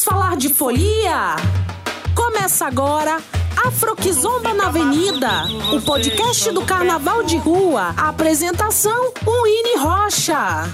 Vamos falar de folia? Começa agora Afroquizomba na Avenida, o podcast do Carnaval de Rua. A apresentação, Winnie Rocha.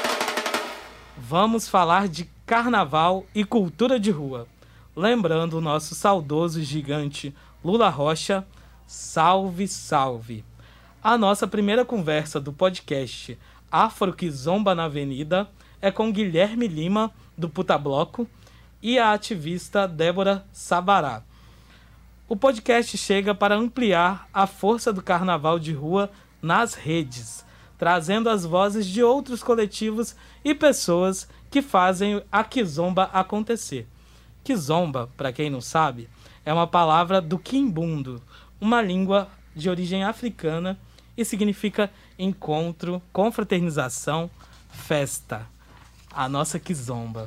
Vamos falar de carnaval e cultura de rua. Lembrando o nosso saudoso gigante Lula Rocha, salve, salve. A nossa primeira conversa do podcast Afroquizomba na Avenida é com Guilherme Lima, do Puta Bloco, e a ativista Débora Sabará. O podcast chega para ampliar a força do carnaval de rua nas redes, trazendo as vozes de outros coletivos e pessoas que fazem a Kizomba acontecer. Kizomba, para quem não sabe, é uma palavra do Quimbundo, uma língua de origem africana e significa encontro, confraternização, festa. A nossa Kizomba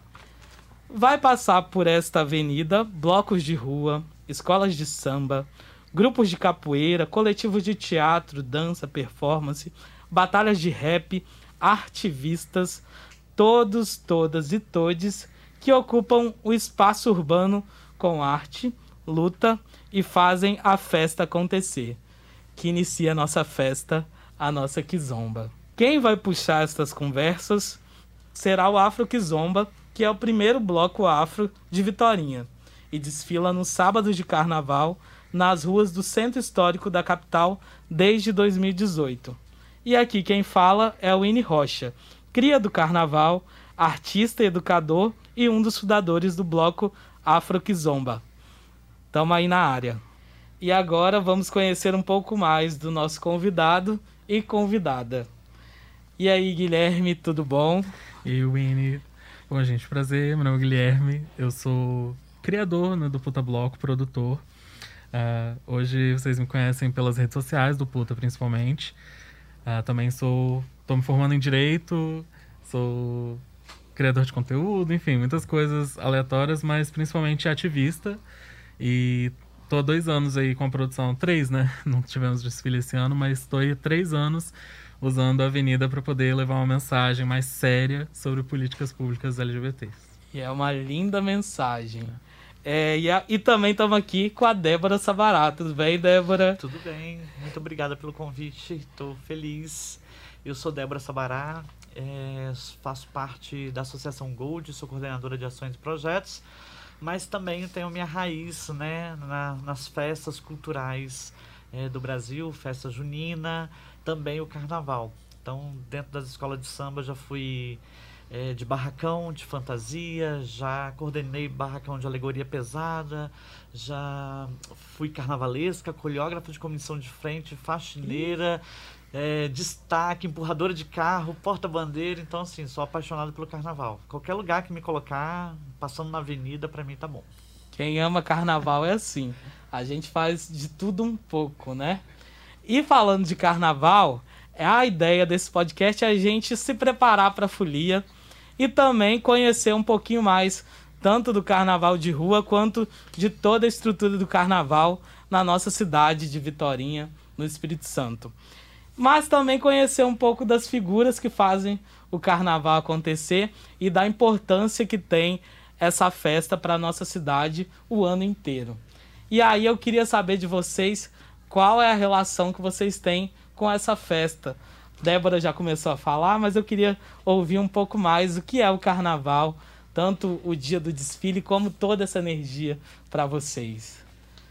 vai passar por esta avenida blocos de rua, escolas de samba, grupos de capoeira, coletivos de teatro, dança, performance, batalhas de rap, artivistas, todos, todas e todes que ocupam o espaço urbano com arte, luta e fazem a festa acontecer, que inicia a nossa festa, a nossa Kizomba. Quem vai puxar estas conversas será o Afroquizomba, que é o primeiro bloco afro de Vitorinha e desfila no sábado de carnaval nas ruas do centro histórico da capital desde 2018. E aqui quem fala é o Winnie Rocha, cria do carnaval, artista, educador e um dos fundadores do bloco Afroquizomba. Tamo aí na área. E agora vamos conhecer um pouco mais do nosso convidado e convidada. E aí, Guilherme, tudo bom? E aí, Winnie. Bom, gente, prazer. Meu nome é Guilherme. Eu sou criador, né, do Puta Bloco, produtor. Hoje vocês me conhecem pelas redes sociais do Puta, principalmente. Também estou me formando em Direito, sou criador de conteúdo, enfim, muitas coisas aleatórias, mas principalmente ativista. E estou há 2 anos aí com a produção, 3, né? Não tivemos desfile esse ano, mas estou aí há 3 anos usando a Avenida para poder levar uma mensagem mais séria sobre políticas públicas LGBTs. E é uma linda mensagem. E também estamos aqui com a Débora Sabará. Tudo bem, Débora? Tudo bem, muito obrigada pelo convite, estou feliz. Eu sou Débora Sabará, faço parte da Associação Gold, sou coordenadora de ações e projetos, mas também tenho minha raiz, né, nas festas culturais do Brasil, festa junina, também o carnaval. Então, dentro das escolas de samba, já fui de barracão, de fantasia, já coordenei barracão de alegoria pesada, já fui carnavalesca, coreógrafa de comissão de frente, faxineira, destaque, empurradora de carro, porta-bandeira. Então, assim, sou apaixonado pelo carnaval. Qualquer lugar que me colocar, passando na avenida, pra mim tá bom. Quem ama carnaval é assim. A gente faz de tudo um pouco, né? E falando de carnaval, a ideia desse podcast é a gente se preparar para a folia e também conhecer um pouquinho mais tanto do carnaval de rua quanto de toda a estrutura do carnaval na nossa cidade de Vitorinha, no Espírito Santo. Mas também conhecer um pouco das figuras que fazem o carnaval acontecer e da importância que tem essa festa para a nossa cidade o ano inteiro. E aí eu queria saber de vocês qual é a relação que vocês têm com essa festa. Débora já começou a falar, mas eu queria ouvir um pouco mais o que é o carnaval, tanto o dia do desfile como toda essa energia para vocês.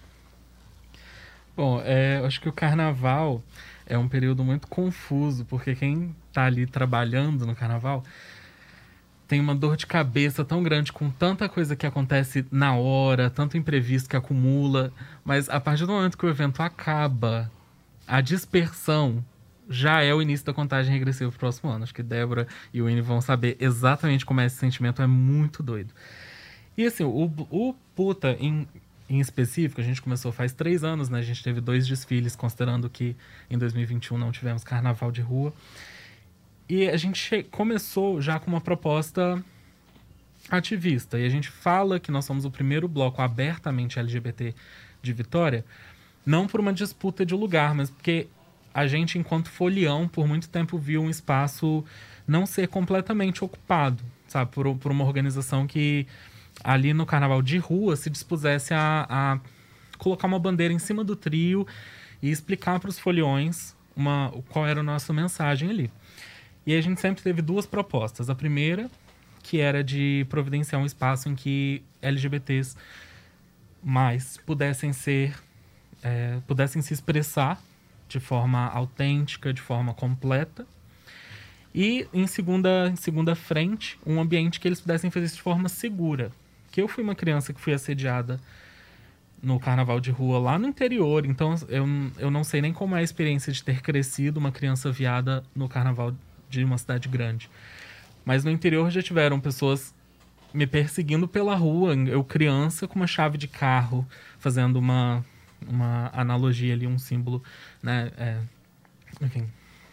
Bom, eu acho que o carnaval é um período muito confuso, porque quem está ali trabalhando no carnaval tem uma dor de cabeça tão grande com tanta coisa que acontece na hora, tanto imprevisto que acumula, mas a partir do momento que o evento acaba, a dispersão já é o início da contagem regressiva pro próximo ano. Acho que Débora e o Winnie vão saber exatamente como é esse sentimento, é muito doido. E assim, o Puta em específico, a gente começou faz 3 anos, né? A gente teve 2 desfiles, considerando que em 2021 não tivemos carnaval de rua. E a gente começou já com uma proposta ativista. E a gente fala que nós somos o primeiro bloco abertamente LGBT de Vitória, não por uma disputa de lugar, mas porque a gente, enquanto folião, por muito tempo viu um espaço não ser completamente ocupado, sabe? Por uma organização que ali no carnaval de rua, se dispusesse a colocar uma bandeira em cima do trio e explicar para os foliões qual era a nossa mensagem ali. E aí a gente sempre teve 2 propostas. A primeira, que era de providenciar um espaço em que LGBTs mais pudessem se expressar de forma autêntica, de forma completa. E, em segunda frente, um ambiente que eles pudessem fazer isso de forma segura. Que eu fui uma criança que fui assediada no carnaval de rua lá no interior, então eu não sei nem como é a experiência de ter crescido uma criança viada no carnaval de uma cidade grande. Mas no interior já tiveram pessoas me perseguindo pela rua, eu criança com uma chave de carro, fazendo uma analogia ali, um símbolo, né, enfim,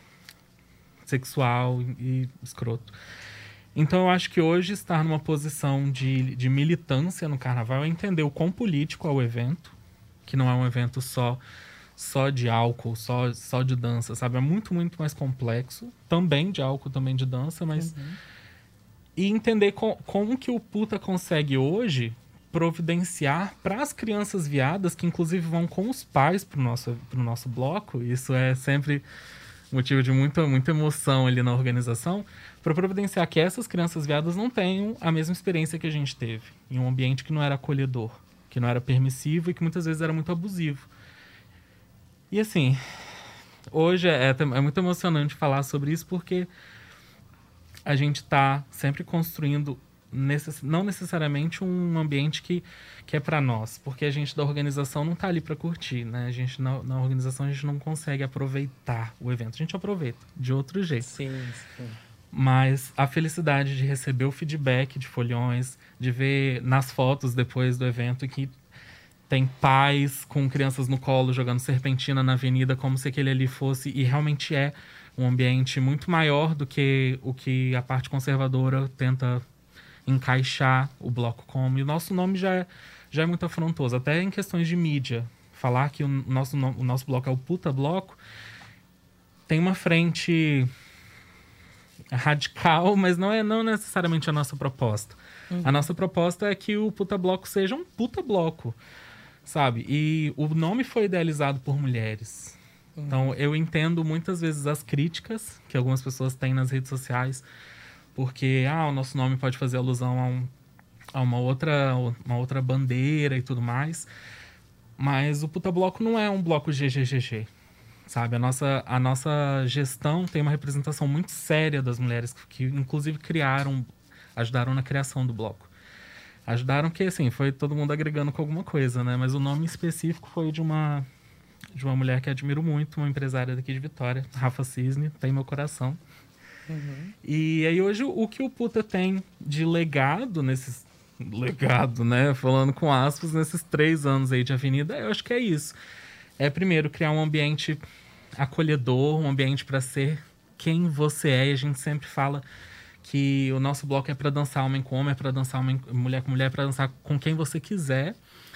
sexual e escroto. Então eu acho que hoje estar numa posição de militância no carnaval é entender o quão político é o evento, que não é um evento só de álcool, só de dança, sabe? É muito, muito mais complexo, também de álcool, também de dança, mas... E entender como que o Puta consegue hoje providenciar para as crianças viadas, que inclusive vão com os pais pro nosso bloco, isso é sempre motivo de muita emoção ali na organização, para providenciar que essas crianças viadas não tenham a mesma experiência que a gente teve, em um ambiente que não era acolhedor, que não era permissivo e que muitas vezes era muito abusivo. E assim, hoje é muito emocionante falar sobre isso, porque a gente está sempre construindo não necessariamente um ambiente que é para nós, porque a gente da organização não está ali para curtir, né? A gente na organização a gente não consegue aproveitar o evento, a gente aproveita de outro jeito. Sim. Mas a felicidade de receber o feedback de foliões, de ver nas fotos depois do evento que tem pais com crianças no colo jogando serpentina na avenida, como se aquele ali fosse, e realmente é um ambiente muito maior do que o que a parte conservadora tenta encaixar o bloco como. E o nosso nome já é muito afrontoso, até em questões de mídia. Falar que o nosso bloco é o Puta Bloco tem uma frente radical, mas não necessariamente a nossa proposta. A nossa proposta é que o Puta Bloco seja um puta bloco, sabe? E o nome foi idealizado por mulheres. Então, eu entendo muitas vezes as críticas que algumas pessoas têm nas redes sociais, porque o nosso nome pode fazer alusão a uma outra bandeira e tudo mais. Mas o Puta Bloco não é um bloco GGGG, sabe? A nossa gestão tem uma representação muito séria das mulheres que inclusive ajudaram na criação do bloco. Ajudaram que, assim, foi todo mundo agregando com alguma coisa, né? Mas o nome específico foi de uma mulher que admiro muito, uma empresária daqui de Vitória, Rafa Cisne, tem meu coração. E aí hoje o que o Puta tem de legado né, falando com aspas, nesses 3 anos aí de avenida, eu acho que é isso. É primeiro criar um ambiente acolhedor, um ambiente para ser quem você é, e a gente sempre fala que o nosso bloco é para dançar homem com homem, é para dançar mulher com mulher, é para dançar com quem você quiser.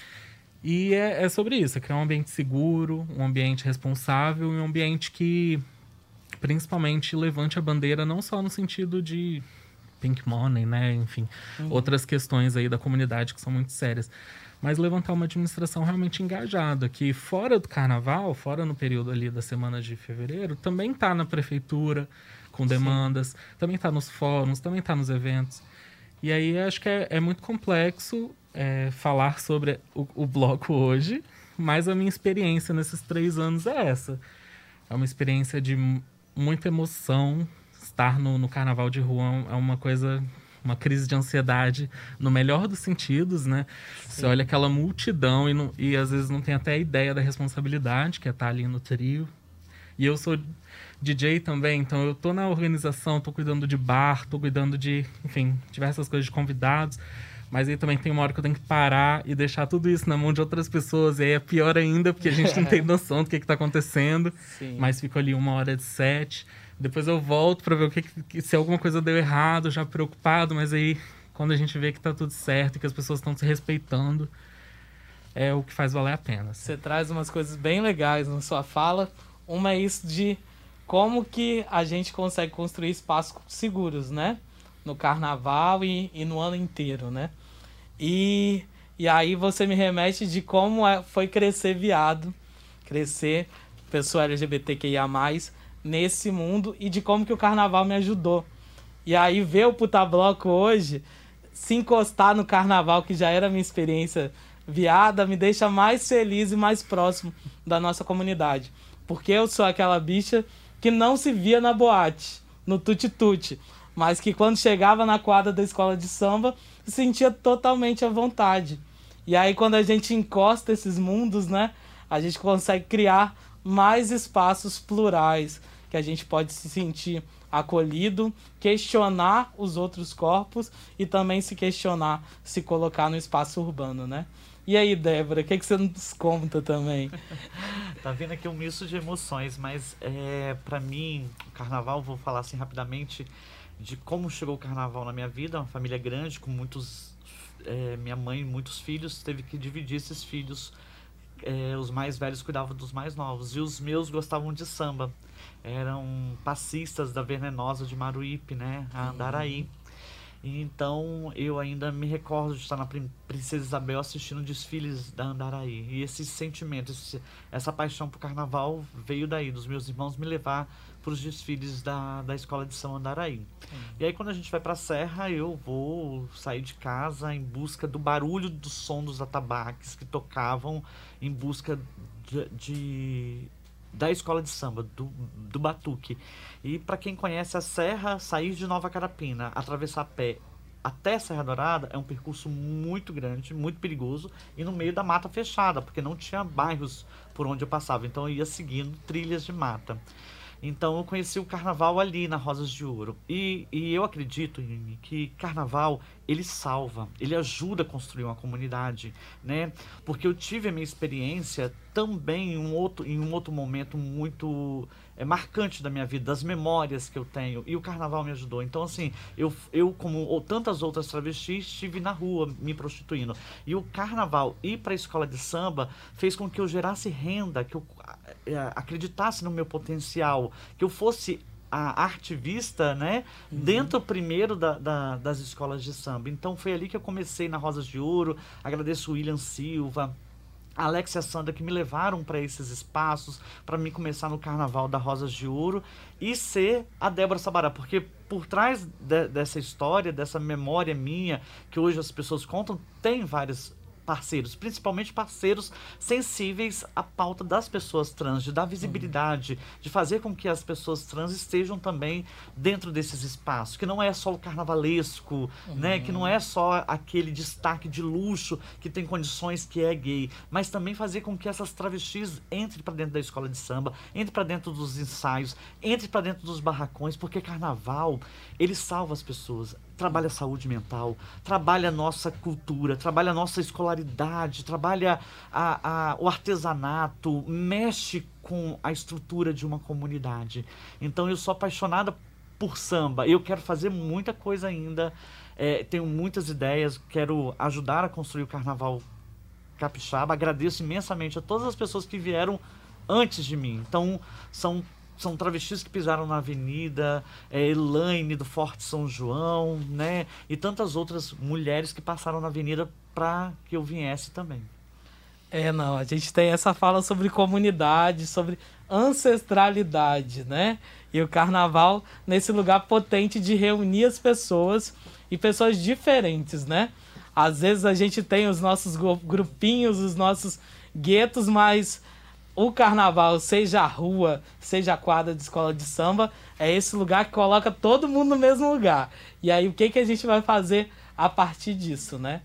E é sobre isso, é criar um ambiente seguro, um ambiente responsável e um ambiente que principalmente levante a bandeira não só no sentido de pink money, né? Enfim, outras questões aí da comunidade que são muito sérias. Mas levantar uma administração realmente engajada, que fora do carnaval, fora no período ali da semana de fevereiro, também está na prefeitura, com demandas, também está nos fóruns, também está nos eventos. E aí acho que é muito complexo falar sobre o bloco hoje, mas a minha experiência nesses 3 anos é essa. É uma experiência de muita emoção. Estar no carnaval de rua é uma crise de ansiedade no melhor dos sentidos, né? Você olha aquela multidão e às vezes não tem até a ideia da responsabilidade que é estar ali no trio. E eu sou DJ também, então eu tô na organização, tô cuidando de bar, tô cuidando de, enfim, diversas coisas de convidados. Mas aí também tem uma hora que eu tenho que parar e deixar tudo isso na mão de outras pessoas. E aí é pior ainda, porque a gente não tem noção do que tá acontecendo. Sim. Mas fico ali 1h de set. Depois eu volto pra ver se alguma coisa deu errado, já preocupado. Mas aí, quando a gente vê que tá tudo certo e que as pessoas estão se respeitando, é o que faz valer a pena. Você traz umas coisas bem legais na sua fala. Uma é isso de como que a gente consegue construir espaços seguros, né? No carnaval e no ano inteiro, né? E aí você me remete de como foi crescer viado, crescer pessoa LGBTQIA+, nesse mundo, e de como que o carnaval me ajudou. E aí ver o Puta Bloco hoje, se encostar no carnaval, que já era minha experiência viada, me deixa mais feliz e mais próximo da nossa comunidade. Porque eu sou aquela bicha que não se via na boate, no tuti-tuti, mas que quando chegava na quadra da escola de samba, se sentia totalmente à vontade. E aí quando a gente encosta esses mundos, né, a gente consegue criar mais espaços plurais, que a gente pode se sentir acolhido, questionar os outros corpos e também se questionar, se colocar no espaço urbano, né? E aí, Débora, o que você nos conta também? Tá vindo aqui um misto de emoções, mas pra mim, o carnaval, vou falar assim rapidamente de como chegou o carnaval na minha vida. Uma família grande, com muitos... minha mãe, muitos filhos, teve que dividir esses filhos. Os mais velhos cuidavam dos mais novos. E os meus gostavam de samba. Eram passistas da Venenosa de Maruípe, né? A Andaraí. Então, eu ainda me recordo de estar na Princesa Isabel assistindo desfiles da Andaraí. E esse sentimento, essa paixão por carnaval veio daí, dos meus irmãos me levar para os desfiles da escola de São Andaraí. E aí, quando a gente vai para a Serra, eu vou sair de casa em busca do barulho do som dos atabaques que tocavam, em busca da escola de samba, do batuque. E para quem conhece a Serra, sair de Nova Carapina, atravessar a pé até Serra Dourada é um percurso muito grande, muito perigoso, e no meio da mata fechada, porque não tinha bairros por onde eu passava, então eu ia seguindo trilhas de mata. Então eu conheci o carnaval ali na Rosas de Ouro. E eu acredito, Yumi, que carnaval, ele salva, ele ajuda a construir uma comunidade, né? Porque eu tive a minha experiência também em um outro momento muito marcante da minha vida, das memórias que eu tenho, e o carnaval me ajudou. Então, assim, eu como tantas outras travestis, estive na rua me prostituindo. E o carnaval ir para a escola de samba fez com que eu gerasse renda, que eu acreditasse no meu potencial, que eu fosse a artivista, né? Dentro primeiro das escolas de samba. Então foi ali que eu comecei na Rosas de Ouro. Agradeço o William Silva, a Alexia Sandra, que me levaram para esses espaços, para mim começar no Carnaval da Rosas de Ouro e ser a Débora Sabará, porque por trás dessa história, dessa memória minha, que hoje as pessoas contam, tem vários parceiros, principalmente parceiros sensíveis à pauta das pessoas trans, de dar visibilidade, de fazer com que as pessoas trans estejam também dentro desses espaços, que não é só o carnavalesco, né, que não é só aquele destaque de luxo que tem condições, que é gay, mas também fazer com que essas travestis entrem para dentro da escola de samba, entrem para dentro dos ensaios, entrem para dentro dos barracões, porque carnaval, ele salva as pessoas, trabalha a saúde mental, trabalha a nossa cultura, trabalha a nossa escolaridade, trabalha o artesanato, mexe com a estrutura de uma comunidade. Então eu sou apaixonada por samba, eu quero fazer muita coisa ainda, tenho muitas ideias, quero ajudar a construir o Carnaval Capixaba, agradeço imensamente a todas as pessoas que vieram antes de mim. Então são travestis que pisaram na avenida, Elaine do Forte São João, né? E tantas outras mulheres que passaram na avenida para que eu viesse também. Não, a gente tem essa fala sobre comunidade, sobre ancestralidade, né? E o carnaval nesse lugar potente de reunir as pessoas e pessoas diferentes, né? Às vezes a gente tem os nossos grupinhos, os nossos guetos, mas o carnaval, seja a rua, seja a quadra de escola de samba, é esse lugar que coloca todo mundo no mesmo lugar. E aí, o que a gente vai fazer a partir disso, né?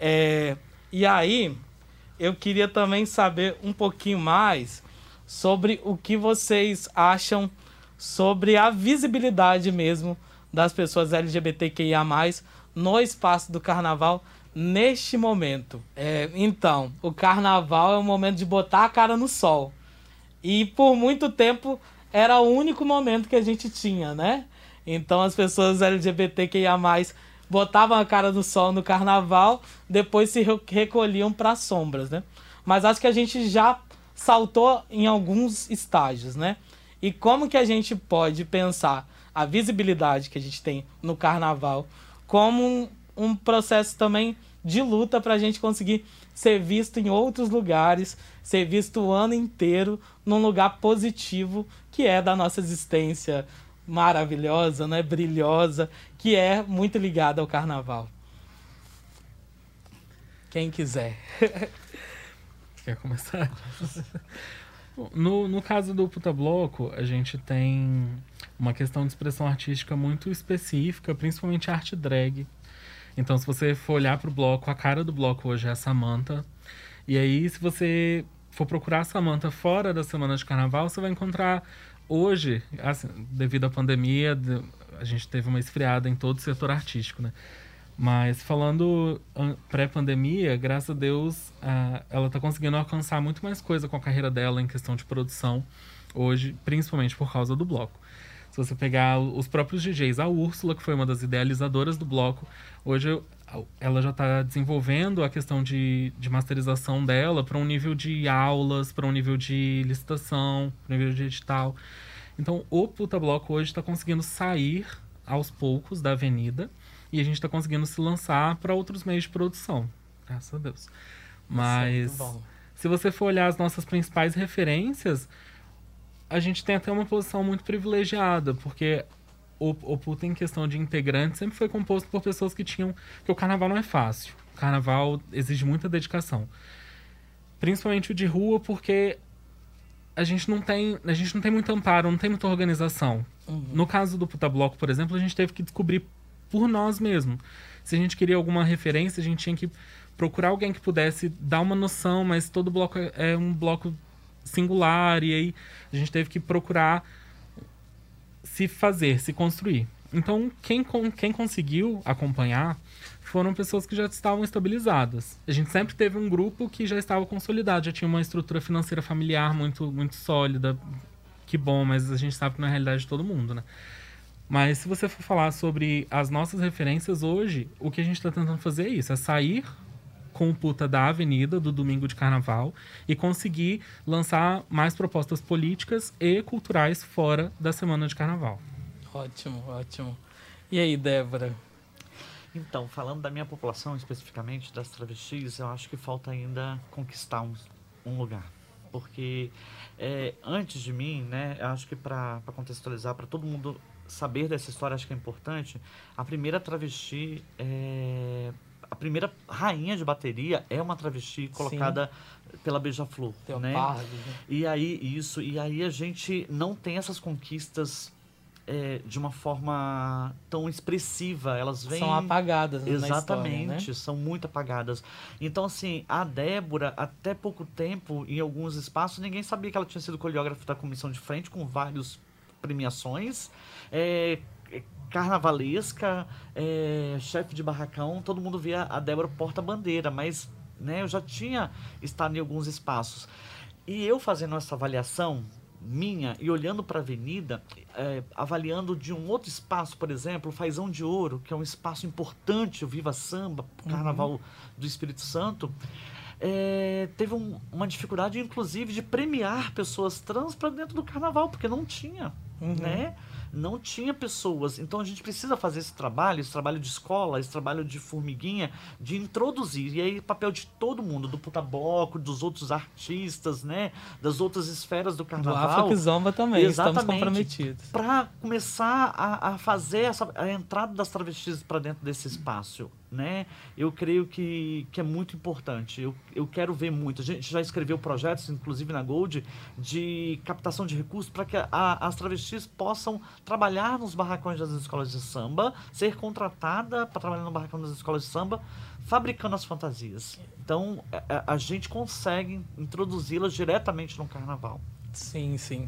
E aí, eu queria também saber um pouquinho mais sobre o que vocês acham sobre a visibilidade mesmo das pessoas LGBTQIA+, no espaço do carnaval, neste momento. Então, o carnaval é um momento de botar a cara no sol. E por muito tempo era o único momento que a gente tinha, né? Então as pessoas LGBTQIA+, botavam a cara no sol no carnaval, depois se recolhiam para as sombras, né? Mas acho que a gente já saltou em alguns estágios, né? E como que a gente pode pensar a visibilidade que a gente tem no carnaval como um processo também de luta para a gente conseguir ser visto em outros lugares, ser visto o ano inteiro num lugar positivo, que é da nossa existência maravilhosa, né, brilhosa, que é muito ligada ao carnaval. Quem quiser. Quer começar? No caso do Puta Bloco, a gente tem uma questão de expressão artística muito específica, principalmente arte drag. Então, se você for olhar pro bloco, a cara do bloco hoje é a Samantha. E aí, se você for procurar a Samantha fora da semana de carnaval, você vai encontrar hoje, assim, devido à pandemia, a gente teve uma esfriada em todo o setor artístico, né? Mas falando pré-pandemia, graças a Deus, ela está conseguindo alcançar muito mais coisa com a carreira dela em questão de produção hoje, principalmente por causa do bloco. Se você pegar os próprios DJs, a Úrsula, que foi uma das idealizadoras do bloco, hoje ela já está desenvolvendo a questão de masterização dela para um nível de aulas, para um nível de licitação, para um nível de edital. Então, o Puta Bloco hoje está conseguindo sair aos poucos da avenida e a gente está conseguindo se lançar para outros meios de produção. Graças a Deus. Mas, se você for olhar as nossas principais referências, a gente tem até uma posição muito privilegiada, porque o Puta, em questão de integrantes, sempre foi composto por pessoas que tinham... Porque o carnaval não é fácil. O carnaval exige muita dedicação. Principalmente o de rua, porque a gente não tem muito amparo, não tem muita organização. Uhum. No caso do Puta Bloco, por exemplo, a gente teve que descobrir por nós mesmos. Se a gente queria alguma referência, a gente tinha que procurar alguém que pudesse dar uma noção, mas todo bloco é um bloco singular, e aí a gente teve que procurar se construir. Então, quem conseguiu acompanhar foram pessoas que já estavam estabilizadas. A gente sempre teve um grupo que já estava consolidado, já tinha uma estrutura financeira familiar muito, muito sólida. Que bom, mas a gente sabe que não é a realidade de todo mundo, né? Mas se você for falar sobre as nossas referências hoje, o que a gente está tentando fazer é isso, é sair com o Puta da avenida, do domingo de carnaval, e conseguir lançar mais propostas políticas e culturais fora da semana de carnaval. Ótimo, ótimo. E aí, Débora? Então, falando da minha população, especificamente das travestis, eu acho que falta ainda conquistar um lugar. Porque antes de mim, né, eu acho que para contextualizar, para todo mundo saber dessa história, acho que é importante, a primeira travesti, a primeira rainha de bateria é uma travesti colocada pela Beija-Flor, né? E aí a gente não tem essas conquistas de uma forma tão expressiva. Elas vêm... São apagadas, né, exatamente, na história, né? São muito apagadas. Então, assim, a Débora, até pouco tempo, em alguns espaços, ninguém sabia que ela tinha sido coreógrafa da comissão de frente, com várias premiações, carnavalesca, chefe de barracão, todo mundo via a Débora porta-bandeira, mas, né, eu já tinha estado em alguns espaços. E eu fazendo essa avaliação minha e olhando para a avenida, avaliando de um outro espaço, por exemplo, o Fazão de Ouro, que é um espaço importante, o Viva Samba, Carnaval do Espírito Santo, teve uma dificuldade, inclusive, de premiar pessoas trans para dentro do carnaval, porque não tinha, né? Não tinha pessoas. Então a gente precisa fazer esse trabalho de escola, esse trabalho de formiguinha, de introduzir. E aí, papel de todo mundo, do Puta Bloco, dos outros artistas, né? Das outras esferas do carnaval. Do Afro-Kizomba também, exatamente, estamos comprometidos. Para começar a fazer a entrada das travestis para dentro desse espaço, né? Eu creio que é muito importante. Eu quero ver muito. A gente já escreveu projetos, inclusive na Gold, de captação de recursos para que as travestis possam trabalhar nos barracões das escolas de samba, ser contratada para trabalhar no barracão das escolas de samba, fabricando as fantasias. Então, a gente consegue introduzi-las diretamente no carnaval. Sim, sim.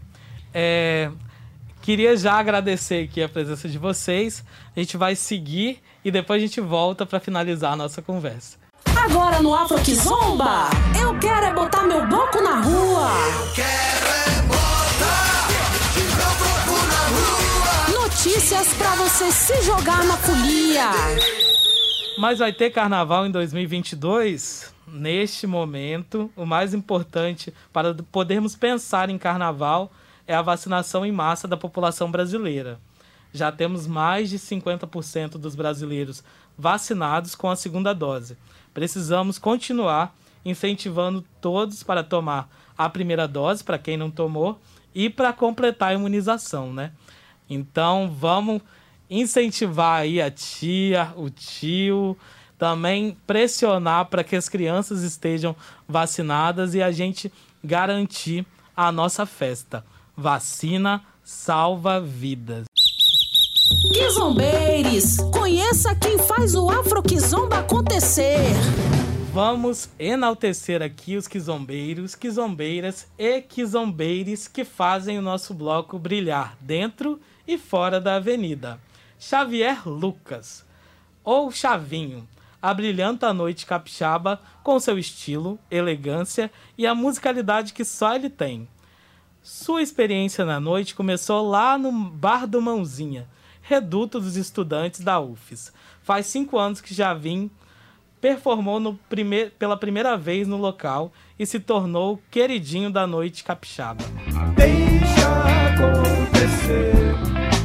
Queria já agradecer aqui a presença de vocês. A gente vai seguir e depois a gente volta para finalizar a nossa conversa. Agora no Afro-Kizomba, eu quero botar meu bloco na rua. Eu quero botar meu bloco na rua. Notícias para você se jogar na folia. Mas vai ter carnaval em 2022? Neste momento, o mais importante para podermos pensar em carnaval é a vacinação em massa da população brasileira. Já temos mais de 50% dos brasileiros vacinados com a segunda dose. Precisamos continuar incentivando todos para tomar a primeira dose, para quem não tomou, e para completar a imunização, né? Então, vamos incentivar aí a tia, o tio, também pressionar para que as crianças estejam vacinadas e a gente garantir a nossa festa. Vacina salva vidas. Quizombeiros, conheça quem faz o Afro-Kizomba acontecer. Vamos enaltecer aqui os quizombeiros, quizombeiras e quizombeires que fazem o nosso bloco brilhar dentro e fora da avenida. Xavier Lucas, ou Chavinho, abrilhanta a noite capixaba com seu estilo, elegância e a musicalidade que só ele tem. Sua experiência na noite começou lá no Bar do Mãozinha, reduto dos estudantes da UFES. Faz 5 anos que Chavinho performou pela primeira vez no local e se tornou o queridinho da noite capixaba. Deixa acontecer.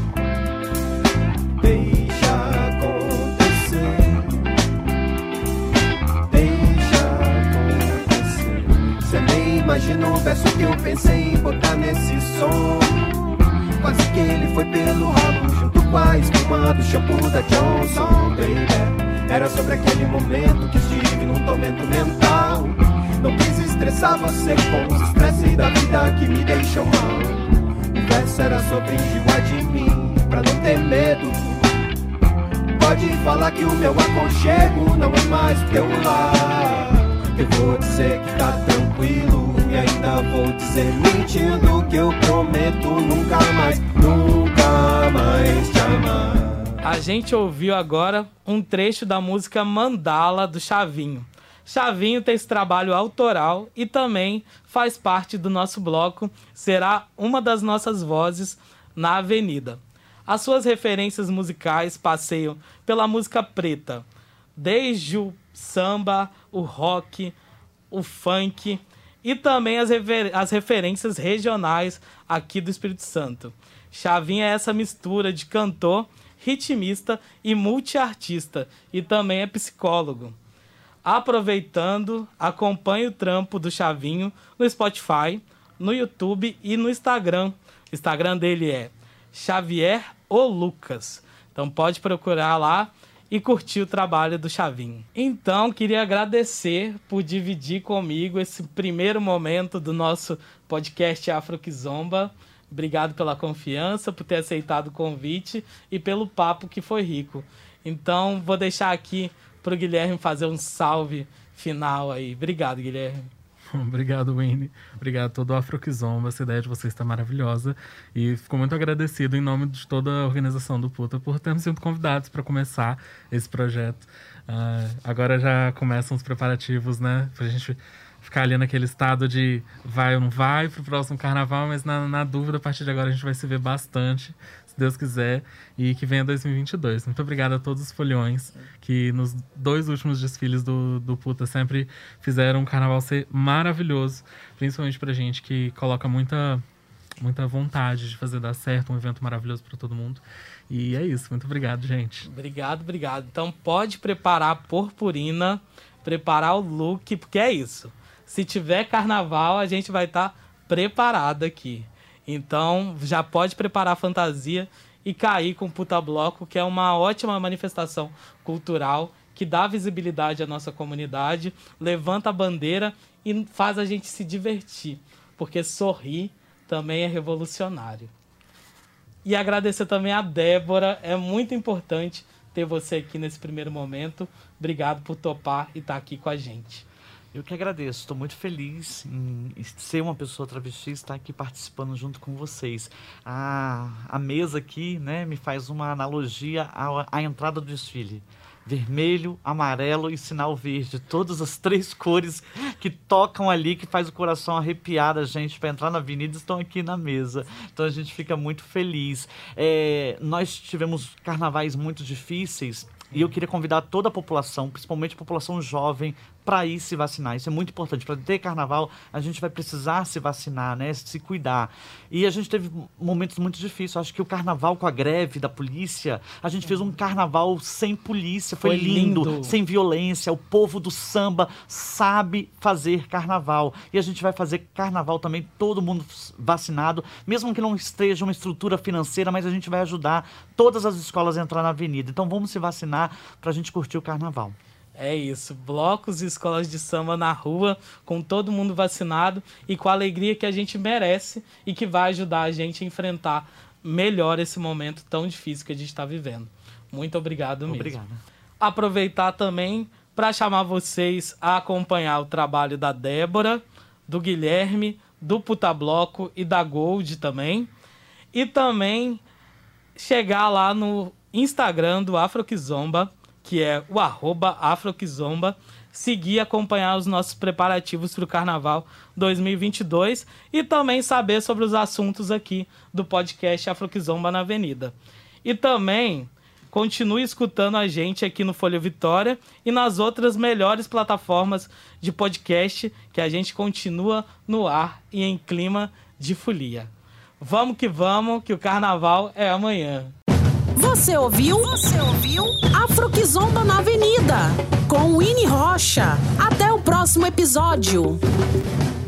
Deixa acontecer. Deixa acontecer. Cê nem imagina o verso que eu pensei em botar nesse som. Quase que ele foi pelo ralo, junto com a espuma do shampoo da Johnson, baby. Era sobre aquele momento que estive num tormento mental. Não quis estressar você com os estresses da vida que me deixam mal. O verso era sobre enjoar de mim, pra não ter medo. Pode falar que o meu aconchego não é mais teu lar. Eu vou dizer que tá tranquilo e ainda vou dizer mentindo que eu prometo nunca mais te amar. A gente ouviu agora um trecho da música Mandala do Chavinho. Chavinho tem esse trabalho autoral e também faz parte do nosso bloco, será uma das nossas vozes na avenida. As suas referências musicais passeiam pela música preta, desde o samba, o rock, o funk e também as referências regionais aqui do Espírito Santo. Chavinho é essa mistura de cantor, ritmista e multiartista, e também é psicólogo. Aproveitando, acompanhe o trampo do Chavinho no Spotify, no YouTube e no Instagram. O Instagram dele é Xavier O Lucas. Então pode procurar lá e curtir o trabalho do Chavinho. Então, queria agradecer por dividir comigo esse primeiro momento do nosso podcast Afro-Kizomba. Obrigado pela confiança, por ter aceitado o convite e pelo papo que foi rico. Então, vou deixar aqui para o Guilherme fazer um salve final aí. Obrigado, Guilherme. Obrigado, Winnie. Obrigado a todo o Afro-Kizomba. Essa ideia de vocês está maravilhosa. E fico muito agradecido em nome de toda a organização do Puta por termos sido convidados para começar esse projeto. Agora já começam os preparativos, né? Pra gente ficar ali naquele estado de vai ou não vai pro próximo carnaval, mas na dúvida, a partir de agora a gente vai se ver bastante, se Deus quiser, e que venha 2022. Muito obrigado a todos os foliões que nos 2 últimos desfiles do Puta sempre fizeram o carnaval ser maravilhoso, principalmente pra gente que coloca muita vontade de fazer dar certo, um evento maravilhoso para todo mundo. E é isso, muito obrigado, gente. Obrigado. Então pode preparar a purpurina, preparar o look, porque é isso. Se tiver carnaval, a gente vai estar preparado aqui. Então, já pode preparar a fantasia e cair com o Puta Bloco, que é uma ótima manifestação cultural que dá visibilidade à nossa comunidade, levanta a bandeira e faz a gente se divertir, porque sorrir também é revolucionário. E agradecer também a Débora, é muito importante ter você aqui nesse primeiro momento. Obrigado por topar e estar aqui com a gente. Eu que agradeço, estou muito feliz em ser uma pessoa travesti e estar aqui participando junto com vocês. A mesa aqui, né, me faz uma analogia à entrada do desfile. Vermelho, amarelo e sinal verde. Todas as 3 cores que tocam ali, que faz o coração arrepiar da gente para entrar na avenida, estão aqui na mesa. Então a gente fica muito feliz. Nós tivemos carnavais muito difíceis e eu queria convidar toda a população, principalmente a população jovem, para ir se vacinar. Isso é muito importante. Para ter carnaval, a gente vai precisar se vacinar, né? Se cuidar. E a gente teve momentos muito difíceis. Acho que o carnaval com a greve da polícia, a gente fez um carnaval sem polícia. Foi lindo, sem violência. O povo do samba sabe fazer carnaval. E a gente vai fazer carnaval também, todo mundo vacinado, mesmo que não esteja uma estrutura financeira, mas a gente vai ajudar todas as escolas a entrar na avenida. Então vamos se vacinar para a gente curtir o carnaval. É isso, blocos e escolas de samba na rua, com todo mundo vacinado e com a alegria que a gente merece e que vai ajudar a gente a enfrentar melhor esse momento tão difícil que a gente está vivendo. Muito obrigado mesmo. Obrigado. Aproveitar também para chamar vocês a acompanhar o trabalho da Débora, do Guilherme, do Puta Bloco e da Gold também. E também chegar lá no Instagram do Afroquizomba, que é o @Afroquizomba, seguir e acompanhar os nossos preparativos para o Carnaval 2022 e também saber sobre os assuntos aqui do podcast Afroquizomba na Avenida. E também continue escutando a gente aqui no Folha Vitória e nas outras melhores plataformas de podcast, que a gente continua no ar e em clima de folia. Vamos, que o Carnaval é amanhã. Você ouviu? Afroquizomba na Avenida, com Winnie Rocha. Até o próximo episódio.